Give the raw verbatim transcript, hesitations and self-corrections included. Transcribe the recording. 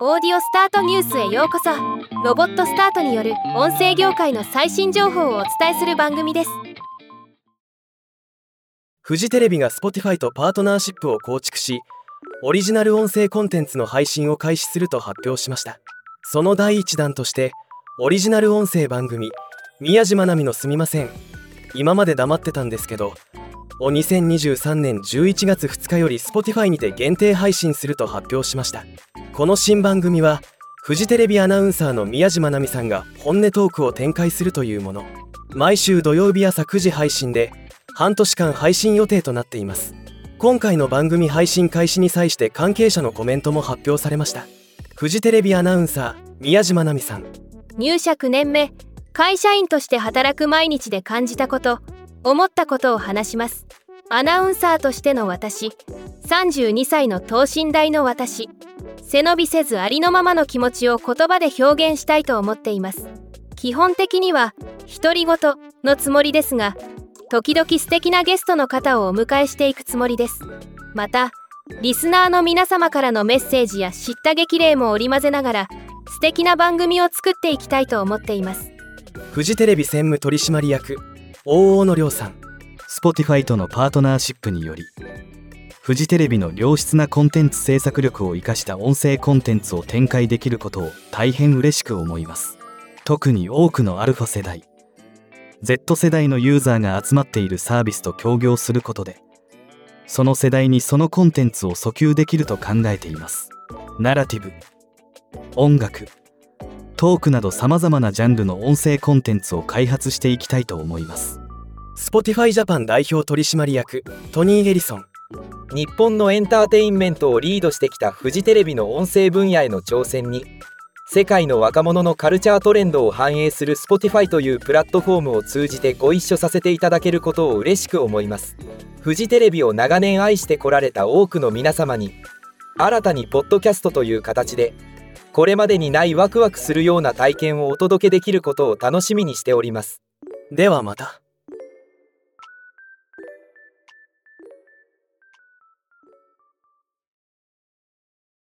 オーディオスタートニュースへようこそ。ロボットスタートによる音声業界の最新情報をお伝えする番組です。 フジテレビが Spotify とパートナーシップを構築し、オリジナル音声コンテンツの配信を開始すると発表しました。その第一弾として、オリジナル音声番組宮島奈美のすみません、今まで黙ってたんですけどをにせんにじゅうさんねんじゅういちがつふつかより Spotify にて限定配信すると発表しました。この新番組はフジテレビアナウンサーの宮島奈美さんが本音トークを展開するというもの。毎週土曜日朝くじ配信で半年間配信予定となっています。今回の番組配信開始に際して関係者のコメントも発表されました。フジテレビアナウンサー宮島奈美さん。 入社きゅうねんめ、会社員として働く毎日で感じたこと、思ったことを話します。アナウンサーとしての私、さんじゅうにさいの等身大の私、背伸びせずありのままの気持ちを言葉で表現したいと思っています。基本的には独り言のつもりですが、時々素敵なゲストの方をお迎えしていくつもりです。また、リスナーの皆様からのメッセージや知った激励も織り交ぜながら、素敵な番組を作っていきたいと思っています。 フジテレビ専務取締役大大野亮さん。 Spotify とのパートナーシップにより、フジテレビの良質なコンテンツ制作力を生かした音声コンテンツを展開できることを大変嬉しく思います。特に多くのアルファ世代、Z 世代のユーザーが集まっているサービスと協業することで、その世代にそのコンテンツを訴求できると考えています。ナラティブ、音楽、トークなどさまざまなジャンルの音声コンテンツを開発していきたいと思います。 Spotify ジャパン代表取締役トニー・エリソン。 日本のエンターテインメントをリードしてきたフジテレビの音声分野への挑戦に、世界の若者のカルチャートレンドを反映する Spotify というプラットフォームを通じてご一緒させていただけることを嬉しく思います。フジテレビを長年愛してこられた多くの皆様に、新たにポッドキャストという形でこれまでにないワクワクするような体験をお届けできることを楽しみにしております。 ではまた。